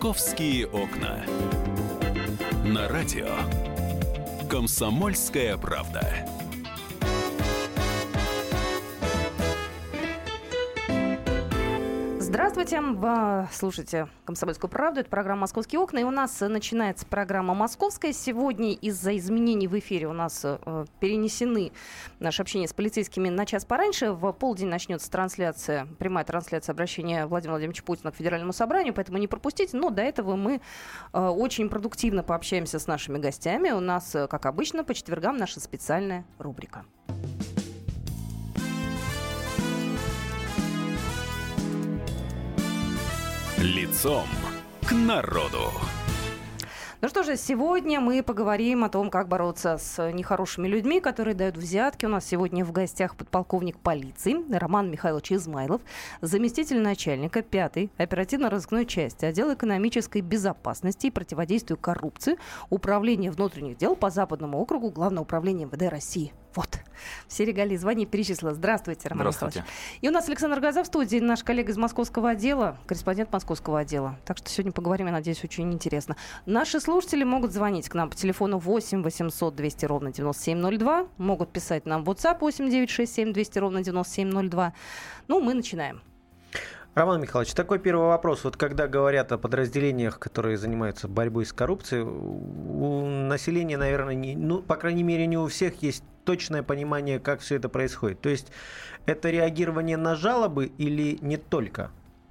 «Московские окна». На радио «Комсомольская правда». Здравствуйте, вы слушаете «Комсомольскую правду», это программа «Московские окна», и у нас начинается программа «Московская». Сегодня из-за изменений в эфире у нас перенесены наше общение с полицейскими на час пораньше. В полдень начнется трансляция, прямая трансляция обращения Владимира Владимировича Путина к Федеральному собранию, поэтому не пропустите. Но до этого мы очень продуктивно пообщаемся с нашими гостями. У нас, как обычно, по четвергам наша специальная рубрика. Лицом к народу. Ну что же, сегодня мы поговорим о том, как бороться с нехорошими людьми, которые дают взятки. У нас сегодня в гостях подполковник полиции Роман Михайлович Измайлов, заместитель начальника 5-й оперативно-розыскной части отдела экономической безопасности и противодействию коррупции Управления внутренних дел по Западному округу Главного управления МВД России. Вот. Все регалии и звания перечислила. Здравствуйте, Роман Михайлович. И у нас Александр Газа в студии, наш коллега из московского отдела, корреспондент московского отдела. Так что сегодня поговорим, я надеюсь, очень интересно. Наши слушатели могут звонить к нам по телефону 8 800 200 ровно 9702. Могут писать нам в WhatsApp 8 967 200 ровно 9702. Ну, мы начинаем. Роман Михайлович, такой первый вопрос. Вот когда говорят о подразделениях, которые занимаются борьбой с коррупцией, у населения, наверное, по крайней мере, не у всех есть точное понимание, как все это происходит. То есть это реагирование на жалобы или не только?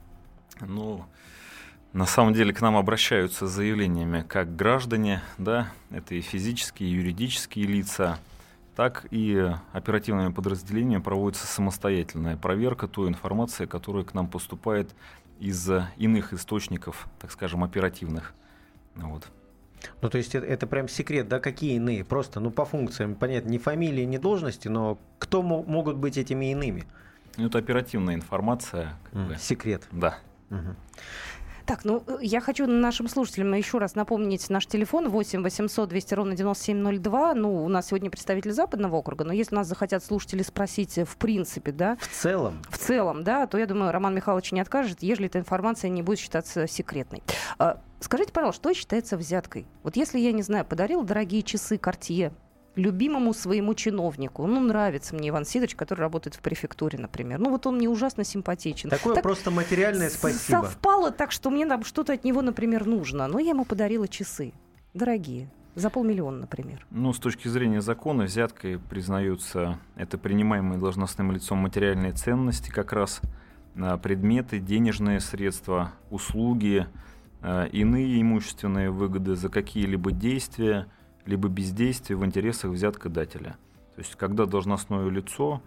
На самом деле к нам обращаются с заявлениями как граждане, да, это и физические, и юридические лица, так и оперативными подразделениями проводится самостоятельная проверка той информации, которая к нам поступает из иных источников, так скажем, оперативных. Вот. Ну, то есть это прям секрет, да, какие иные? Просто, по функциям, понятно, не фамилии, не должности, но кто могут быть этими иными? Это оперативная информация. Секрет. Да. Угу. Так, я хочу нашим слушателям еще раз напомнить наш телефон 8 800 200 ровно 9702. У нас сегодня представитель Западного округа, но если нас захотят слушатели спросить в принципе, да... В целом, да, то, я думаю, Роман Михайлович не откажет, ежели эта информация не будет считаться секретной. Скажите, пожалуйста, что считается взяткой? Вот если я, не знаю, подарил дорогие часы Cartier любимому своему чиновнику. Нравится мне Иван Сидорович, который работает в префектуре, например. Он мне ужасно симпатичен. Такое просто материальное спасибо. Совпало так, что мне что-то от него, например, нужно. Но я ему подарила часы. Дорогие. За 500 000, например. С точки зрения закона, взяткой признаются это принимаемые должностным лицом материальные ценности, как раз предметы, денежные средства, услуги, иные имущественные выгоды за какие-либо действия, либо бездействие в интересах взяткодателя. То есть, когда должностное лицо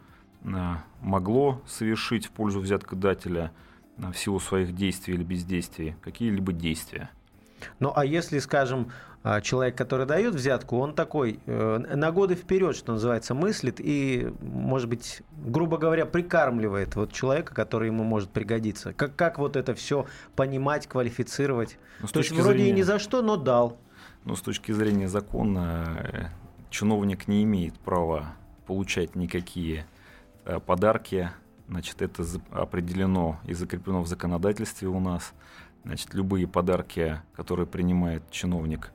могло совершить в пользу взяткодателя в силу своих действий или бездействий какие-либо действия. А если, скажем, человек, который дает взятку, он такой на годы вперед, что называется, мыслит и, может быть, грубо говоря, прикармливает человека, который ему может пригодиться. Как вот это все понимать, квалифицировать? То есть вроде и ни за что, но дал. С точки зрения закона, чиновник не имеет права получать никакие подарки. Это определено и закреплено в законодательстве у нас. Любые подарки, которые принимает чиновник,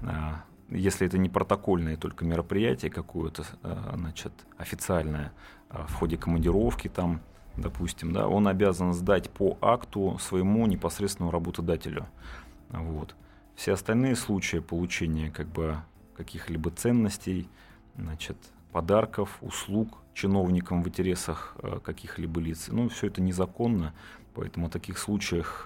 если это не протокольное только мероприятие какое-то, официальное, в ходе командировки, допустим, да, он обязан сдать по акту своему непосредственному работодателю. Вот. Все остальные случаи получения каких-либо ценностей, подарков, услуг чиновникам в интересах каких-либо лиц, все это незаконно, поэтому о таких случаях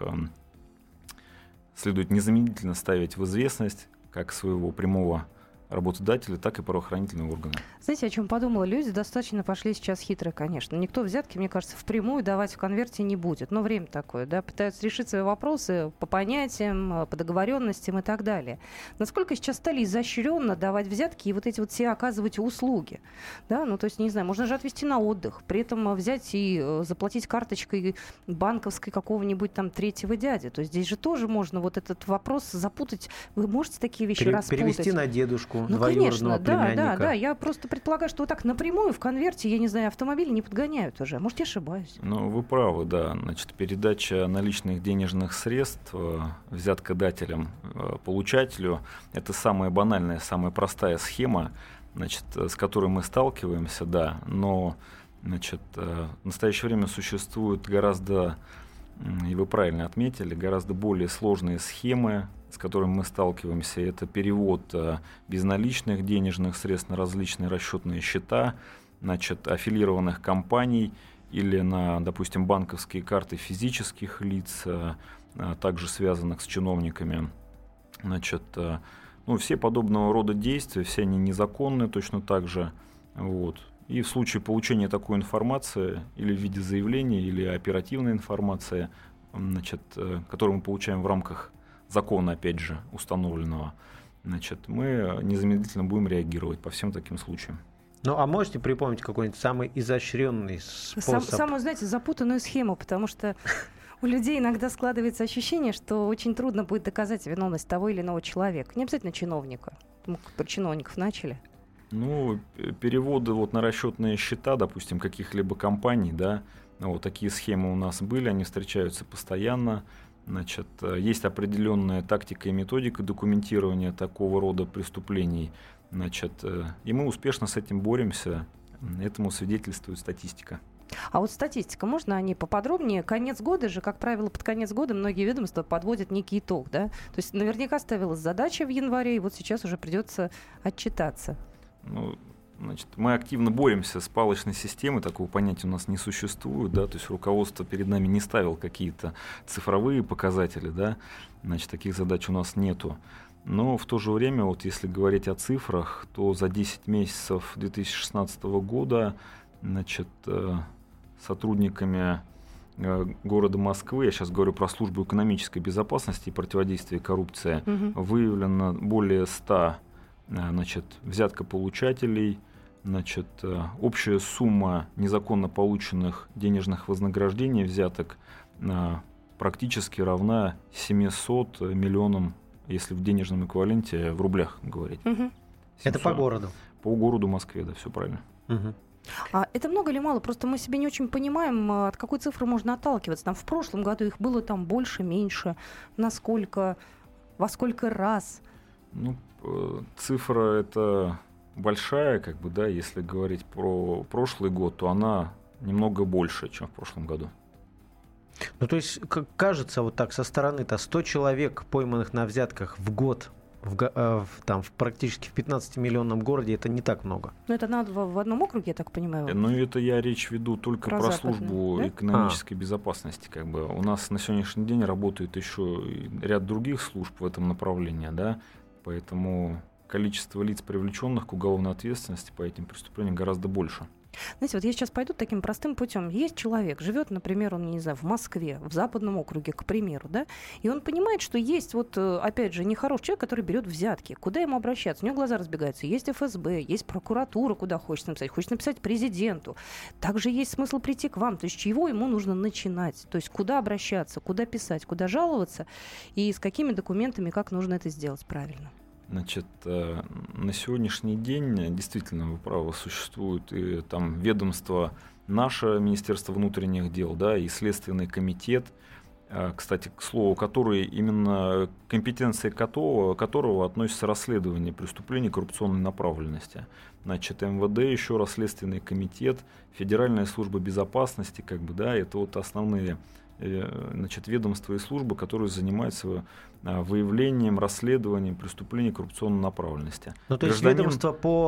следует незамедлительно ставить в известность как своего прямого работодателя, так и правоохранительные органы. Знаете, о чем подумала? Люди достаточно пошли сейчас хитрые, конечно. Никто взятки, мне кажется, впрямую давать в конверте не будет. Но время такое, да, пытаются решить свои вопросы по понятиям, по договоренностям и так далее. Насколько сейчас стали изощренно давать взятки и эти все оказывать услуги? Да, то есть, не знаю, можно же отвезти на отдых, при этом взять и заплатить карточкой банковской какого-нибудь третьего дяди. То есть здесь же тоже можно этот вопрос запутать. Вы можете такие вещи распутать? Перевести на дедушку. дядьку, Ну, двоюродного конечно, племянника. да. Я просто предполагаю, что вот так напрямую в конверте, я не знаю, автомобили не подгоняют уже. Может, я ошибаюсь. Ну, вы правы, да. Значит, передача наличных денежных средств взяткодателям, получателю — это самая банальная, самая простая схема, значит, с которой мы сталкиваемся, да. Но, значит, в настоящее время существует гораздо, и вы правильно отметили, гораздо более сложные схемы, с которыми мы сталкиваемся. Это перевод безналичных денежных средств на различные расчетные счета, значит, аффилированных компаний или на, допустим, банковские карты физических лиц, также связанных с чиновниками. Значит, ну, все подобного рода действия, все они незаконны точно так же. Вот. И в случае получения такой информации или в виде заявления, или оперативной информации, значит, которую мы получаем в рамках закона, опять же, установленного, значит, мы незамедлительно будем реагировать по всем таким случаям. Ну, а можете припомнить какой-нибудь самый изощренный способ? Самую, знаете, запутанную схему, потому что у людей иногда складывается ощущение, что очень трудно будет доказать виновность того или иного человека. Не обязательно чиновника. Мы про чиновников начали. Ну, переводы вот на расчетные счета, допустим, каких-либо компаний, да, вот такие схемы у нас были, они встречаются постоянно. Значит, есть определенная тактика и методика документирования такого рода преступлений. Значит, и мы успешно с этим боремся. Этому свидетельствует статистика. А вот статистика, можно о ней поподробнее? Конец года же, как правило, под конец года многие ведомства подводят некий итог, да? То есть наверняка ставилась задача в январе, и вот сейчас уже придется отчитаться. Ну, значит, мы активно боремся с палочной системой, такого понятия у нас не существует, да, то есть руководство перед нами не ставило какие-то цифровые показатели, да, значит, таких задач у нас нету. Но в то же время, вот если говорить о цифрах, то за 10 месяцев 2016 года, значит, сотрудниками города Москвы, я сейчас говорю про службу экономической безопасности и противодействия коррупции, выявлено более 100, значит, взяткополучателей, значит, общая сумма незаконно полученных денежных вознаграждений взяток практически равна 700 миллионам, если в денежном эквиваленте в рублях говорить. 700. Это по городу? По городу Москве, да, все правильно. А это много или мало? Просто мы себе не очень понимаем, от какой цифры можно отталкиваться. Там в прошлом году их было там больше, меньше, насколько, во сколько раз? Ну, цифра это большая, как бы, да, если говорить про прошлый год, то она немного больше, чем в прошлом году. Ну, то есть, как кажется, вот так со стороны-то 100 человек, пойманных на взятках в год, практически в 15-миллионном городе, это не так много. Ну, это надо в одном округе, я так понимаю? Ну, это я речь веду только про службу, да? Экономической безопасности. Как бы. У нас на сегодняшний день работает еще ряд других служб в этом направлении, да, поэтому количество лиц, привлеченных к уголовной ответственности по этим преступлениям, гораздо больше. Знаете, вот я сейчас пойду таким простым путем. Есть человек, живет, например, он, не знаю, в Москве, в Западном округе, к примеру, да, и он понимает, что есть вот, опять же, нехороший человек, который берет взятки. Куда ему обращаться? У него глаза разбегаются. Есть ФСБ, есть прокуратура, куда хочется написать. Хочется написать президенту. Также есть смысл прийти к вам. То есть с чего ему нужно начинать? То есть куда обращаться, куда писать, куда жаловаться и с какими документами, как нужно это сделать правильно? Значит, на сегодняшний день действительно, вы правы, существует и там ведомство, наше Министерство внутренних дел, да, и Следственный комитет, кстати, к слову, который именно компетенции которого относится расследование преступлений коррупционной направленности. Значит, МВД, еще раз Следственный комитет, Федеральная служба безопасности, как бы, да, это вот основные, значит, ведомства и службы, которые занимаются выявлением, расследованием преступлений коррупционной направленности. Ну, то есть ведомство по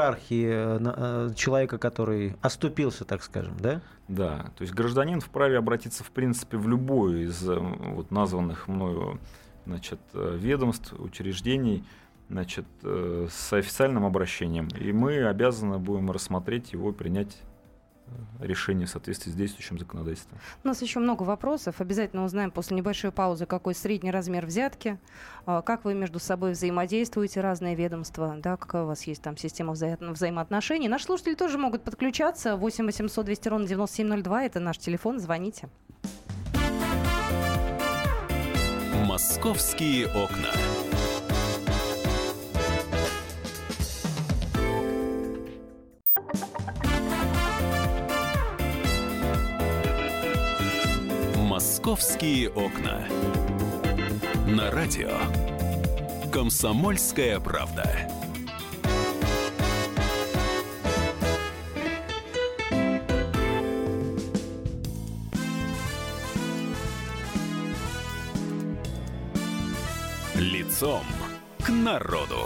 иерархии человека, который оступился, так скажем, да? Да, то есть гражданин вправе обратиться, в принципе, в любое из вот названных мною, значит, ведомств, учреждений, значит, с официальным обращением, и мы обязаны будем рассмотреть его и принять решение в соответствии с действующим законодательством. У нас еще много вопросов. Обязательно узнаем после небольшой паузы, какой средний размер взятки, как вы между собой взаимодействуете, разные ведомства, да, какая у вас есть там система взаимоотношений. Наши слушатели тоже могут подключаться. 8 800 200 ровно 9702. Это наш телефон. Звоните. Московские окна. «Московские окна». На радио «Комсомольская правда». Лицом к народу.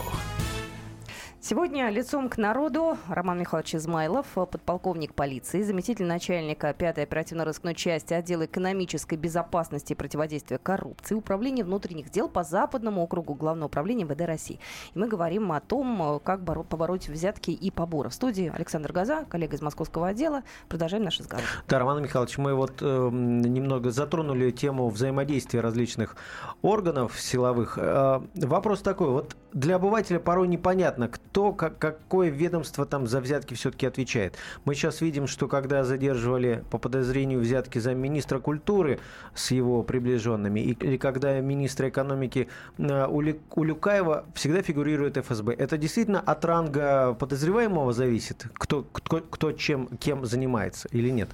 Сегодня лицом к народу Роман Михайлович Измайлов, подполковник полиции, заместитель начальника 5-й оперативно-розыскной части отдела экономической безопасности и противодействия коррупции, Управления внутренних дел по Западному округу Главного управления МВД России. И мы говорим о том, как побороть взятки и поборы. В студии Александр Газа, коллега из московского отдела. Продолжаем наш разговор. Да, Роман Михайлович, мы немного затронули тему взаимодействия различных органов силовых. Вопрос такой, для обывателя порой непонятно, какое ведомство там за взятки все-таки отвечает. Мы сейчас видим, что когда задерживали по подозрению взятки замминистра культуры с его приближенными, или когда министра экономики Улюкаева, всегда фигурирует ФСБ. Это действительно от ранга подозреваемого зависит, кто кем занимается или нет?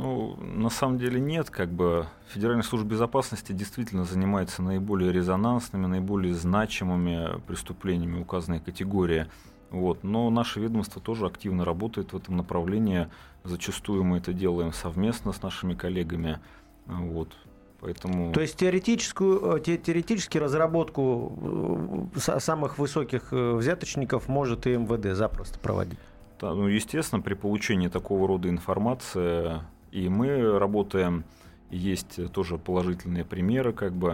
На самом деле нет. Федеральная служба безопасности действительно занимается наиболее резонансными, наиболее значимыми преступлениями указанной категории. Но наше ведомство тоже активно работает в этом направлении. Зачастую мы это делаем совместно с нашими коллегами. Поэтому... То есть теоретически разработку самых высоких взяточников может и МВД запросто проводить? Да, естественно, при получении такого рода информации и мы работаем, есть тоже положительные примеры,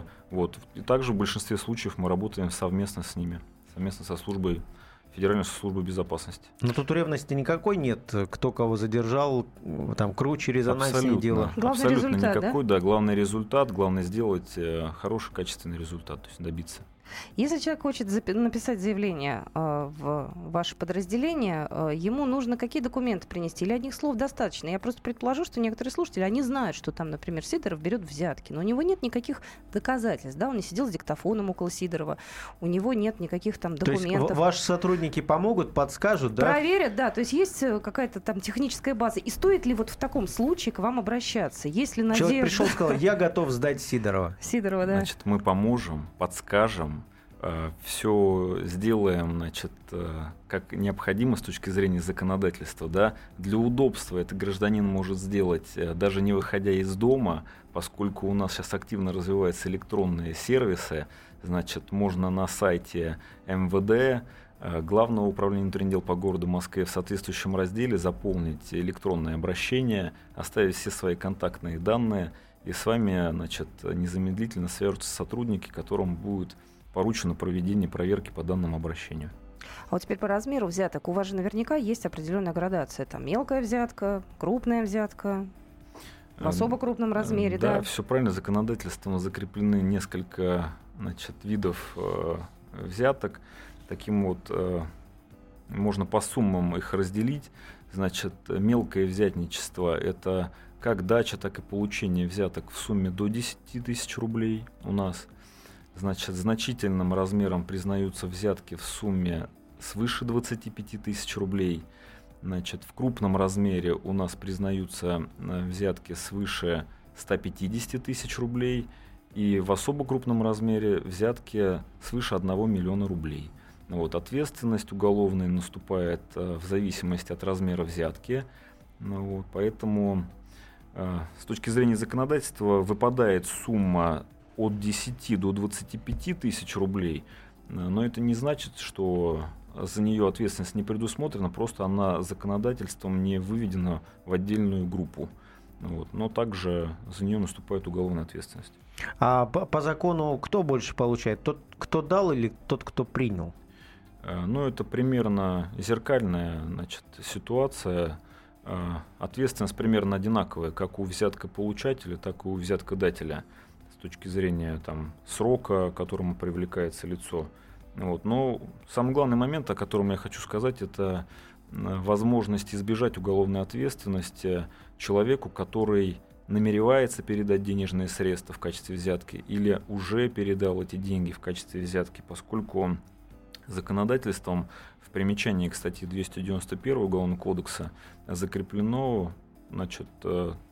И также в большинстве случаев мы работаем совместно с ними, совместно со службой, Федеральной службой безопасности. Но тут ревности никакой нет, кто кого задержал, там круче, резонанснее дело. Главный результат, никакой, да? Главный результат, главное сделать хороший, качественный результат, то есть добиться. Если человек хочет написать заявление в ваше подразделение, ему нужно какие документы принести? Или одних слов достаточно? Я просто предположу, что некоторые слушатели, они знают, что там, например, Сидоров берет взятки, но у него нет никаких доказательств. Да? Он не сидел с диктофоном около Сидорова, у него нет никаких там документов. То есть ваши сотрудники помогут, подскажут, да? Проверят, да. То есть есть какая-то там техническая база. И стоит ли в таком случае к вам обращаться? Есть ли надежда? Человек пришел и сказал, я готов сдать Сидорова. Сидорова, да. Мы поможем, подскажем. Все сделаем, как необходимо с точки зрения законодательства. Да? Для удобства это гражданин может сделать, даже не выходя из дома, поскольку у нас сейчас активно развиваются электронные сервисы. Можно на сайте МВД, Главного управления внутренних дел по городу Москве в соответствующем разделе заполнить электронное обращение, оставить все свои контактные данные, и с вами незамедлительно свяжутся сотрудники, которым будет поручено проведение проверки по данному обращению. А теперь по размеру взяток. У вас же наверняка есть определенная градация. Там мелкая взятка, крупная взятка, в особо крупном размере. Да, все правильно. Законодательством закреплены несколько видов взяток. Таким можно по суммам их разделить. Мелкое взятничество – это как дача, так и получение взяток в сумме до 10 тысяч рублей у нас. Значительным размером признаются взятки в сумме свыше 25 тысяч рублей. В крупном размере у нас признаются взятки свыше 150 тысяч рублей. И в особо крупном размере взятки свыше 1 миллиона рублей. Ответственность уголовная наступает в зависимости от размера взятки. Поэтому с точки зрения законодательства выпадает сумма от 10 до 25 тысяч рублей, но это не значит, что за нее ответственность не предусмотрена, просто она законодательством не выведена в отдельную группу. Но также за нее наступает уголовная ответственность. А по закону кто больше получает? Тот, кто дал, или тот, кто принял? Это примерно зеркальная ситуация. Ответственность примерно одинаковая, как у взяткополучателя, так и у взяткодателя. С точки зрения срока, к которому привлекается лицо. Но самый главный момент, о котором я хочу сказать, это возможность избежать уголовной ответственности человеку, который намеревается передать денежные средства в качестве взятки или уже передал эти деньги в качестве взятки, поскольку законодательством в примечании к статье 291 Уголовного кодекса закреплено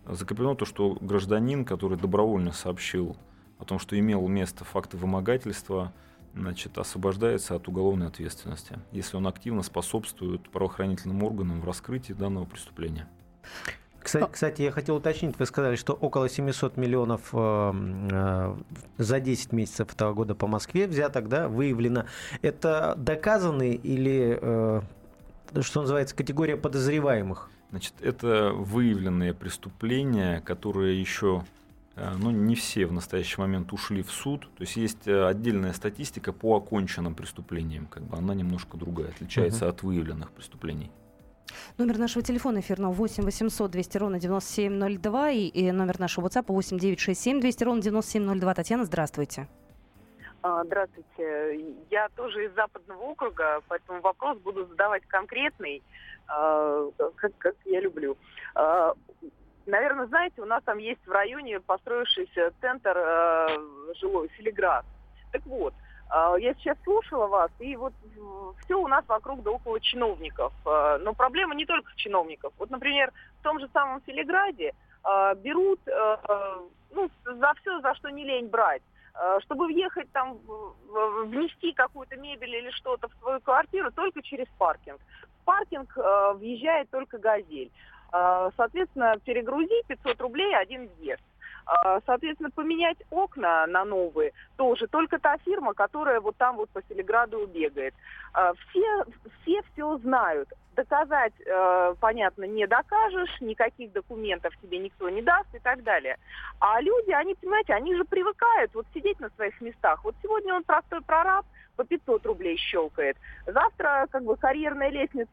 закреплено то, что гражданин, который добровольно сообщил о том, что имел место факты вымогательства, значит, освобождается от уголовной ответственности, если он активно способствует правоохранительным органам в раскрытии данного преступления. Кстати, я хотел уточнить, вы сказали, что около 700 миллионов за 10 месяцев этого года по Москве взяток, да, выявлено. Это доказанные или, что называется, категория подозреваемых? Значит, это выявленные преступления, которые еще, не все в настоящий момент ушли в суд. То есть есть отдельная статистика по оконченным преступлениям. Как бы она немножко другая, отличается от выявленных преступлений. Номер нашего телефона эфирного 8 800 200 ровно 9702 и номер нашего WhatsApp 8 967 200 ровно 9702. Татьяна, здравствуйте. Здравствуйте. Я тоже из Западного округа, поэтому вопрос буду задавать конкретный, как я люблю. Наверное, знаете, у нас там есть в районе построившийся центр жилой Селиград. Так вот, я сейчас слушала вас, и вот все у нас вокруг да около чиновников. Но проблема не только чиновников. Вот, например, в том же самом Селиграде берут за все, за что не лень брать. Чтобы въехать там, внести какую-то мебель или что-то в свою квартиру только через паркинг. В паркинг въезжает только «Газель». Соответственно, перегрузить 500 рублей один въезд. Соответственно, поменять окна на новые тоже только та фирма, которая вот там вот по Селиграду бегает. Все знают. Доказать, понятно, не докажешь, никаких документов тебе никто не даст и так далее. А люди, они, понимаете, они же привыкают вот сидеть на своих местах. Вот сегодня он простой прораб, по 500 рублей щелкает. Завтра как бы карьерная лестница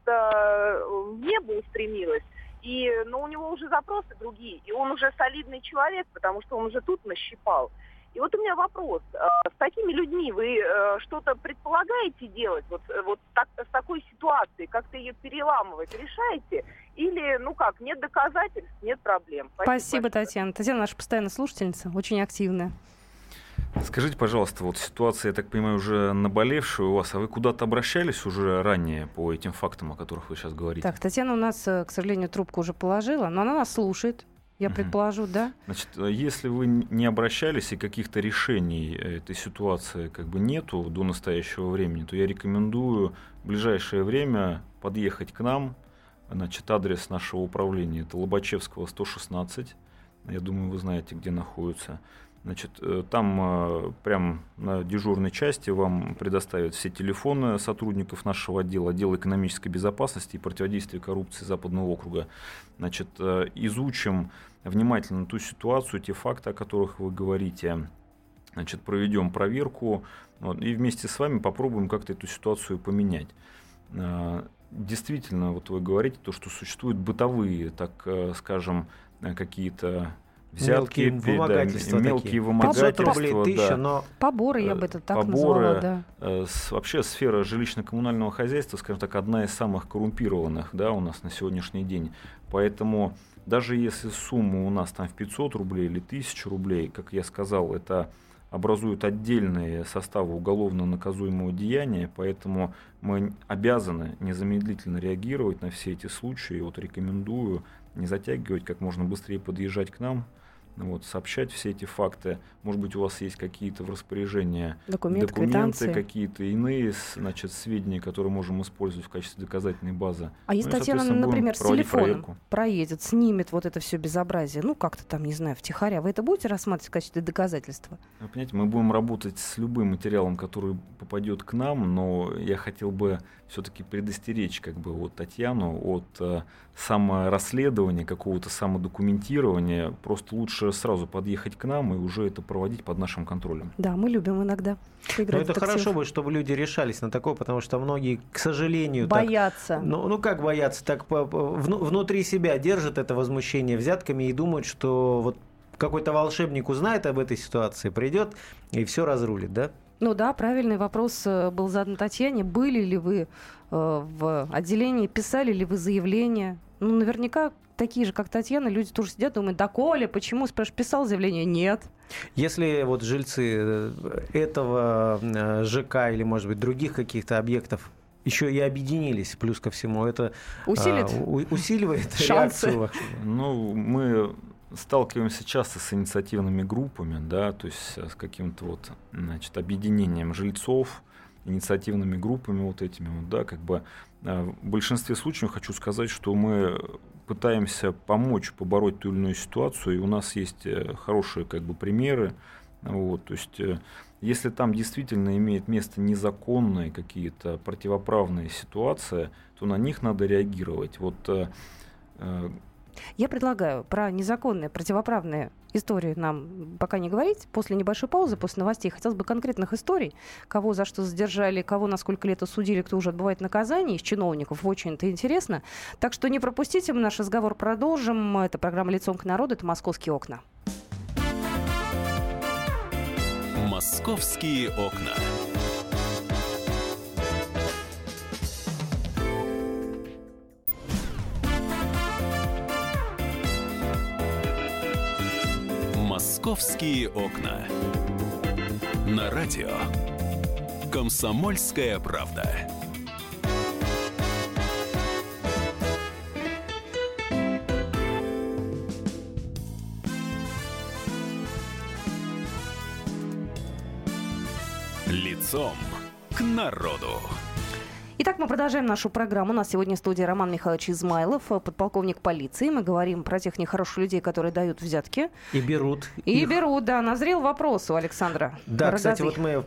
в небо устремилась. Но у него уже запросы другие, и он уже солидный человек, потому что он уже тут нащипал. И вот у меня вопрос. С такими людьми вы что-то предполагаете делать с такой ситуацией? Как-то ее переламывать решаете? Или, нет доказательств, нет проблем? Спасибо, Татьяна. Татьяна наша постоянная слушательница, очень активная. Скажите, пожалуйста, вот ситуация, я так понимаю, уже наболевшая у вас, а вы куда-то обращались уже ранее по этим фактам, о которых вы сейчас говорите? Так, Татьяна у нас, к сожалению, трубку уже положила, но она нас слушает, я предположу, да? Значит, если вы не обращались и каких-то решений этой ситуации как бы нету до настоящего времени, то я рекомендую в ближайшее время подъехать к нам. Значит, адрес нашего управления — это Лобачевского, 116. Я думаю, вы знаете, где находится. Значит, там прям на дежурной части вам предоставят все телефоны сотрудников нашего отдела экономической безопасности и противодействия коррупции Западного округа. Значит, изучим внимательно ту ситуацию, те факты, о которых вы говорите. Значит, проведем проверку и вместе с вами попробуем как-то эту ситуацию поменять. Действительно, вот вы говорите, то, что существуют бытовые, так скажем, какие-то взятки, мелкие вымогательства, 500 рублей, 1000, да. но... Поборы, я бы это так назвала, да. Вообще сфера жилищно-коммунального хозяйства, скажем так, одна из самых коррумпированных, да, у нас на сегодняшний день. Поэтому даже если сумма у нас там в 500 рублей или 1000 рублей, как я сказал, это образуют отдельные составы уголовно наказуемого деяния, поэтому мы обязаны незамедлительно реагировать на все эти случаи. Вот рекомендую не затягивать, как можно быстрее подъезжать к нам, сообщать все эти факты. Может быть, у вас есть какие-то в распоряжении документы какие-то иные, сведения, которые можем использовать в качестве доказательной базы. А если Татьяна, например, с телефоном проедет, снимет вот это все безобразие, как-то там, не знаю, втихаря, вы это будете рассматривать в качестве доказательства? Вы понимаете, мы будем работать с любым материалом, который попадет к нам, но я хотел бы все-таки предостеречь Татьяну от саморасследования, какого-то самодокументирования. Просто лучше сразу подъехать к нам и уже это проводить под нашим контролем. Да, мы любим иногда поиграть. Но это хорошо будет, чтобы люди решались на такое, потому что многие, к сожалению... Боятся. Как боятся? Так внутри себя держат это возмущение взятками и думают, что вот какой-то волшебник узнает об этой ситуации, придет и все разрулит, да? Да, правильный вопрос был задан Татьяне. Были ли вы в отделении, писали ли вы заявление? Наверняка такие же, как Татьяна, люди тоже сидят, думают, да, Коля, почему, спрашиваешь, писал заявление? Нет. Если жильцы этого ЖК или, может быть, других каких-то объектов еще и объединились, плюс ко всему, это усиливает шансы. реакцию. Мы сталкиваемся часто с инициативными группами, да, то есть с каким-то вот, значит, объединением жильцов, инициативными группами вот этими, вот, да, как бы в большинстве случаев хочу сказать, что мы пытаемся помочь побороть ту или иную ситуацию, и у нас есть хорошие как бы примеры, вот, то есть если там действительно имеет место незаконные какие-то противоправные ситуации, то на них надо реагировать. Вот я предлагаю про незаконные, противоправные истории нам пока не говорить. После небольшой паузы, после новостей, хотелось бы конкретных историй. Кого за что задержали, кого на сколько лет осудили, кто уже отбывает наказание из чиновников. Очень это интересно. Так что не пропустите, мы наш разговор продолжим. Это программа «Лицом к народу», это «Московские окна». «Московские окна». «Московские окна». На радио «Комсомольская правда». Лицом к народу. Итак, мы продолжаем нашу программу. У нас сегодня в студии Роман Михайлович Измайлов, подполковник полиции. Мы говорим про тех нехороших людей, которые дают взятки. И берут. Берут, да. Назрел вопрос у Александра. Да, Рогатых. кстати, вот мы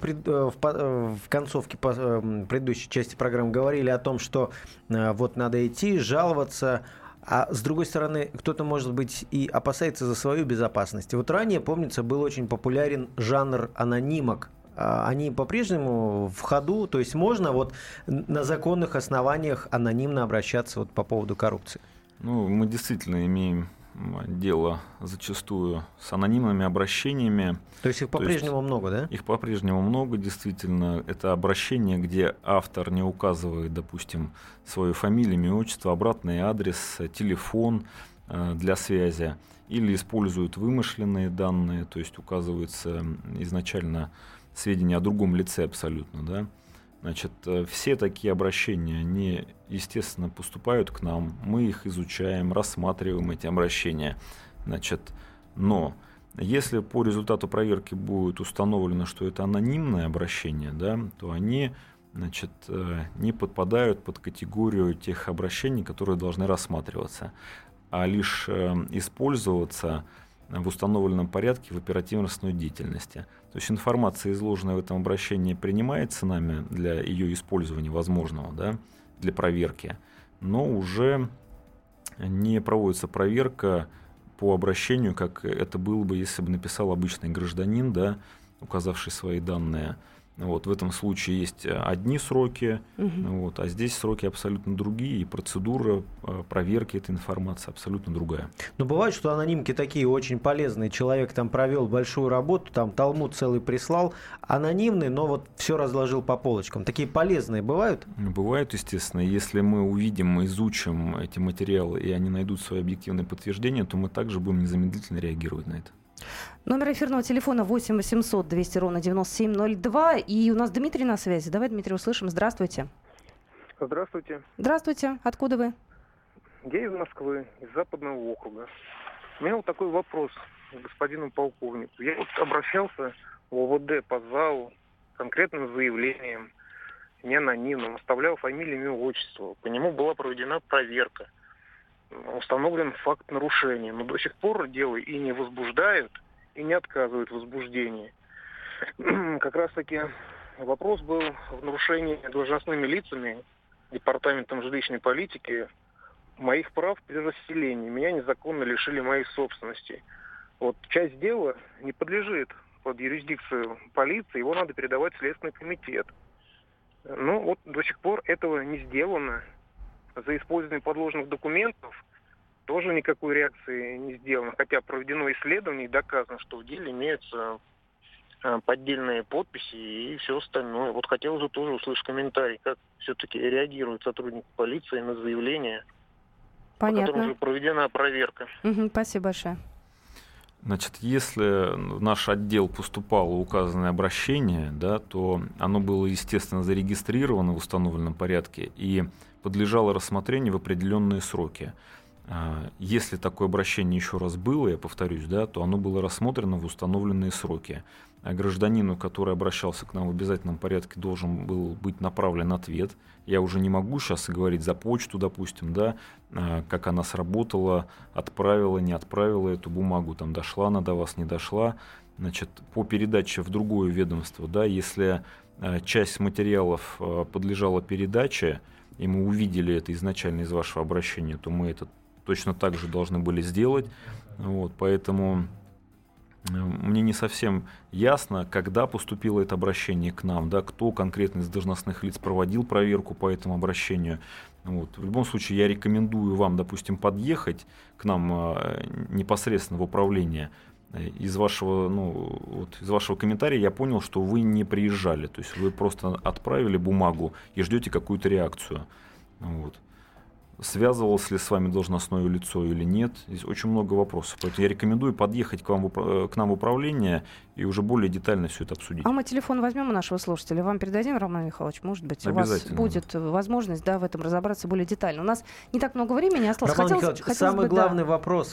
в концовке предыдущей части программы говорили о том, что вот надо идти, жаловаться. А с другой стороны, кто-то, может быть, и опасается за свою безопасность. И вот ранее, помнится, был очень популярен жанр анонимок. Они по-прежнему в ходу, то есть можно вот на законных основаниях анонимно обращаться вот по поводу коррупции? Ну, мы действительно имеем дело зачастую с анонимными обращениями. То есть их по-прежнему много, да? Их по-прежнему много, действительно. Это обращение, где автор не указывает, допустим, свою фамилию, имя, отчество, обратный адрес, телефон для связи, или используют вымышленные данные, то есть указываются изначально сведения о другом лице абсолютно, да. Значит, все такие обращения, они, естественно, поступают к нам, мы их изучаем, рассматриваем эти обращения, значит, но если по результату проверки будет установлено, что это анонимное обращение, да, то они, значит, не подпадают под категорию тех обращений, которые должны рассматриваться, а лишь использоваться в установленном порядке в оперативно-розыскной деятельности. То есть информация, изложенная в этом обращении, принимается нами для ее использования возможного, да, для проверки, но уже не проводится проверка по обращению, как это было бы, если бы написал обычный гражданин, да, указавший свои данные. Вот, в этом случае есть одни сроки, вот, а здесь сроки абсолютно другие, и процедура проверки этой информации абсолютно другая. Но бывает, что анонимки такие очень полезные. Человек там провел большую работу, там талмуд целый прислал, анонимный, но вот все разложил по полочкам. Такие полезные бывают? Бывают, естественно. Если мы увидим, изучим эти материалы, и они найдут свои объективные подтверждения, то мы также будем незамедлительно реагировать на это. Номер эфирного телефона 8 800 200 ровно 9702. И у нас Дмитрий на связи. Давай, Дмитрий, услышим. Здравствуйте. Здравствуйте. Здравствуйте. Откуда вы? Я из Москвы, из Западного округа. У меня вот такой вопрос к господину полковнику. Я вот обращался в ОВД по ЗАУ с конкретным заявлением, не анонимным, оставлял фамилию, имя, отчество. По нему была проведена проверка. Установлен факт нарушения. Но до сих пор дело и не возбуждают, и не отказывают в возбуждении. Как раз таки вопрос был в нарушении должностными лицами Департаментом жилищной политики моих прав при расселении. Меня незаконно лишили моей собственности. Вот часть дела не подлежит под юрисдикцию полиции, его надо передавать в Следственный комитет. Ну вот до сих пор этого не сделано. За использование подложных документов тоже никакой реакции не сделано. Хотя проведено исследование и доказано, что в деле имеются поддельные подписи и все остальное. Вот хотелось бы тоже услышать комментарий, как все-таки реагируют сотрудники полиции на заявление, Понятно. по которому уже проведена проверка. Спасибо большое. Значит, если в наш отдел поступало указанное обращение, да, то оно было, естественно, зарегистрировано в установленном порядке и подлежало рассмотрению в определенные сроки. Если такое обращение еще раз было, я повторюсь, да, то оно было рассмотрено в установленные сроки. А гражданину, который обращался к нам в обязательном порядке, должен был быть направлен ответ. Я уже не могу сейчас говорить за почту, допустим, да, как она сработала, отправила, не отправила эту бумагу, там, дошла она до вас, не дошла. Значит, по передаче в другое ведомство, да, если часть материалов подлежала передаче, и мы увидели это изначально из вашего обращения, то мы это точно так же должны были сделать. Вот, поэтому мне не совсем ясно, когда поступило это обращение к нам, да, кто конкретно из должностных лиц проводил проверку по этому обращению. Вот. В любом случае, я рекомендую вам, допустим, подъехать к нам непосредственно в управление. Из вашего комментария я понял, что вы не приезжали, то есть вы просто отправили бумагу и ждете какую-то реакцию. Вот. Связывалось ли с вами должностное лицо или нет? Здесь очень много вопросов. Поэтому я рекомендую подъехать к нам в управление и уже более детально все это обсудить. А мы телефон возьмем у нашего слушателя, вам передадим, Роман Михайлович, может быть, у вас будет возможность, да, в этом разобраться более детально. У нас не так много времени осталось. Роман Михайлович, самый главный вопрос,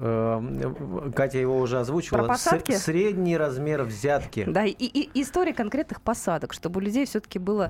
Катя его уже озвучивала. Про посадки? Средний размер взятки. Да, и история конкретных посадок, чтобы у людей все-таки было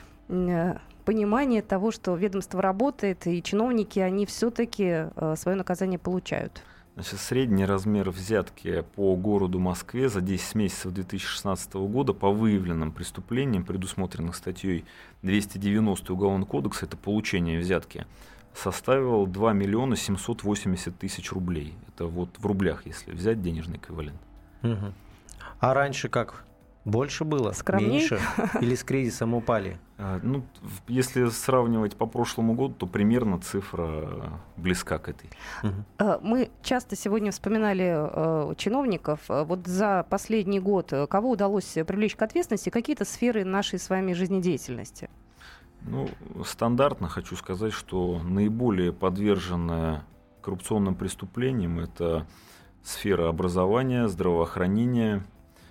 понимание того, что ведомство работает, и чиновники, они все-таки свое наказание получают. Значит, средний размер взятки по городу Москве за 10 месяцев 2016 года по выявленным преступлениям, предусмотренных статьей 290 Уголовного кодекса, это получение взятки, составил 2 миллиона 780 тысяч рублей. Это вот в рублях, если взять денежный эквивалент. Угу. А раньше как? Больше было? Скромней? Меньше? Или с кризисом упали? Если сравнивать по прошлому году, то примерно цифра близка к этой. Мы часто сегодня вспоминали чиновников. Вот за последний год кого удалось привлечь к ответственности? Какие-то сферы нашей с вами жизнедеятельности? Стандартно хочу сказать, что наиболее подверженная коррупционным преступлениям это сфера образования, здравоохранения,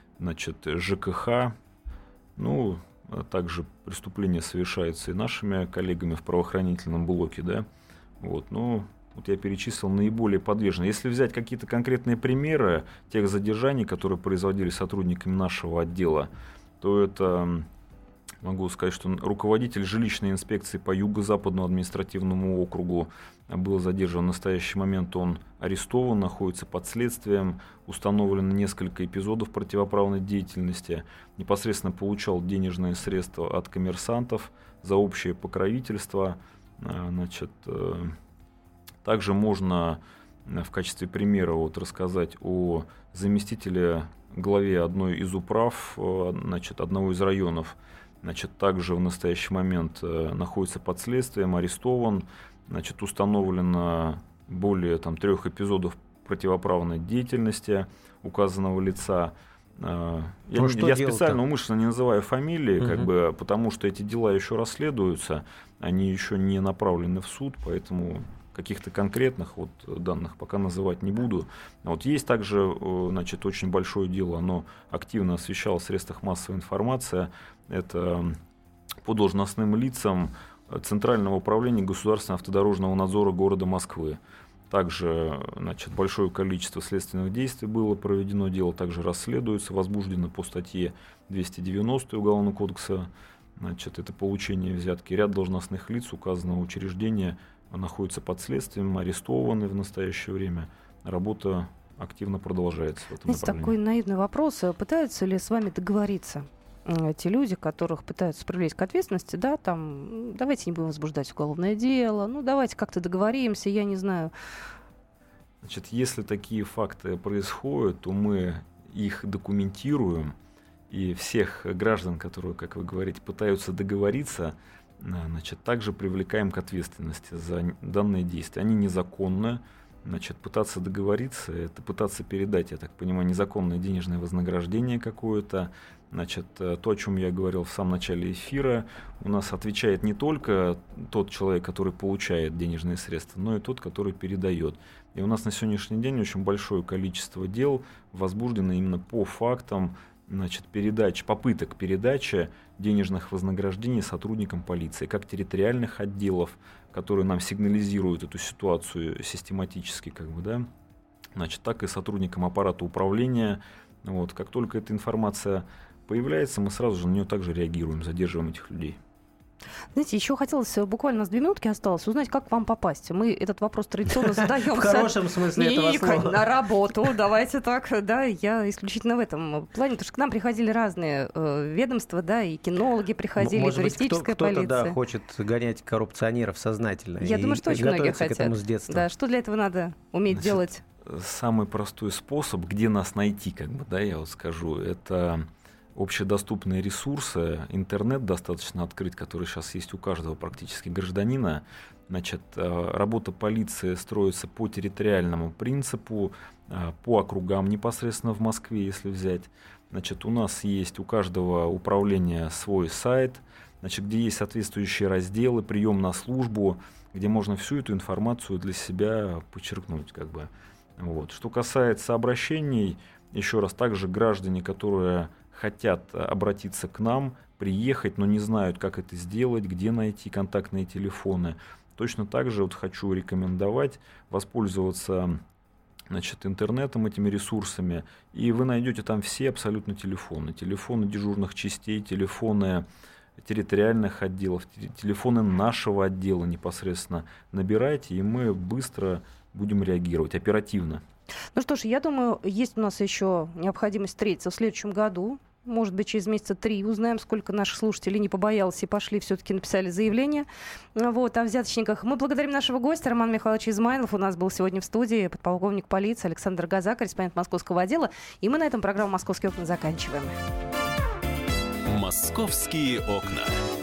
ЖКХ, также преступления совершаются и нашими коллегами в правоохранительном блоке, да. Вот я перечислил наиболее подверженные. Если взять какие-то конкретные примеры тех задержаний, которые производили сотрудниками нашего отдела, то это, могу сказать, что руководитель жилищной инспекции по Юго-Западному административному округу был задержан. В настоящий момент он арестован, находится под следствием, установлено несколько эпизодов противоправной деятельности, непосредственно получал денежные средства от коммерсантов за общее покровительство. Также можно в качестве примера рассказать о заместителе главе одной из управ, одного из районов. Также в настоящий момент находится под следствием, арестован. Установлено более 3 эпизодов противоправной деятельности указанного лица. Я специально умышленно не называю фамилии, потому что эти дела еще расследуются, они еще не направлены в суд, поэтому каких-то конкретных данных пока называть не буду. Есть также очень большое дело, оно активно освещалось в средствах массовой информации. Это по должностным лицам Центрального управления Государственного автодорожного надзора города Москвы. Также большое количество следственных действий было проведено, дело также расследуется, возбуждено по статье 290 Уголовного кодекса. Это получение взятки. Ряд должностных лиц указанного учреждения находится под следствием, арестованы в настоящее время. Работа активно продолжается в этом направлении. Такой наивный вопрос. Пытаются ли с вами договориться те люди, которых пытаются привлечь к ответственности, да, давайте не будем возбуждать уголовное дело, давайте как-то договоримся, я не знаю. Если такие факты происходят, то мы их документируем, и всех граждан, которые, как вы говорите, пытаются договориться, также привлекаем к ответственности за данные действия. Они незаконны. Пытаться договориться, это пытаться передать, я так понимаю, незаконное денежное вознаграждение какое-то. То, о чем я говорил в самом начале эфира, у нас отвечает не только тот человек, который получает денежные средства, но и тот, который передает. И у нас на сегодняшний день очень большое количество дел возбуждено именно по фактам попыток передачи денежных вознаграждений сотрудникам полиции, как территориальных отделов, которые нам сигнализируют эту ситуацию систематически, так и сотрудникам аппарата управления. Как только эта информация появляется, мы сразу же на нее также реагируем, задерживаем этих людей. Знаете, еще хотелось, буквально у нас 2 минутки осталось, узнать, как к вам попасть. Мы этот вопрос традиционно задаем. В хорошем смысле этого слова. На работу, давайте так. Да, я исключительно в этом плане, потому что к нам приходили разные ведомства, да, и кинологи приходили, и туристическая полиция. Кто-то, хочет гонять коррупционеров сознательно. Я думаю, что очень многие хотят. К этому с детства. Да, что для этого надо уметь делать? Самый простой способ, где нас найти, я скажу, это общедоступные ресурсы, интернет достаточно открыт, который сейчас есть у каждого практически гражданина. Работа полиции строится по территориальному принципу, по округам непосредственно в Москве, если взять. У нас есть у каждого управления свой сайт, где есть соответствующие разделы, прием на службу, где можно всю эту информацию для себя подчеркнуть. Что касается обращений, еще раз, также граждане, которые хотят обратиться к нам, приехать, но не знают, как это сделать, где найти контактные телефоны. Точно так же хочу рекомендовать воспользоваться интернетом, этими ресурсами, и вы найдете там все абсолютно телефоны. Телефоны дежурных частей, телефоны территориальных отделов, телефоны нашего отдела непосредственно. Набирайте, и мы быстро будем реагировать, оперативно. Ну что ж, я думаю, есть у нас еще необходимость встретиться в следующем году. Может быть, через месяца 3 узнаем, сколько наших слушателей не побоялись и пошли, все-таки написали заявление о взяточниках. Мы благодарим нашего гостя Романа Михайловича Измайлов. У нас был сегодня в студии подполковник полиции Александр Газа, корреспондент Московского отдела. И мы на этом программу «Московские окна» заканчиваем. «Московские окна».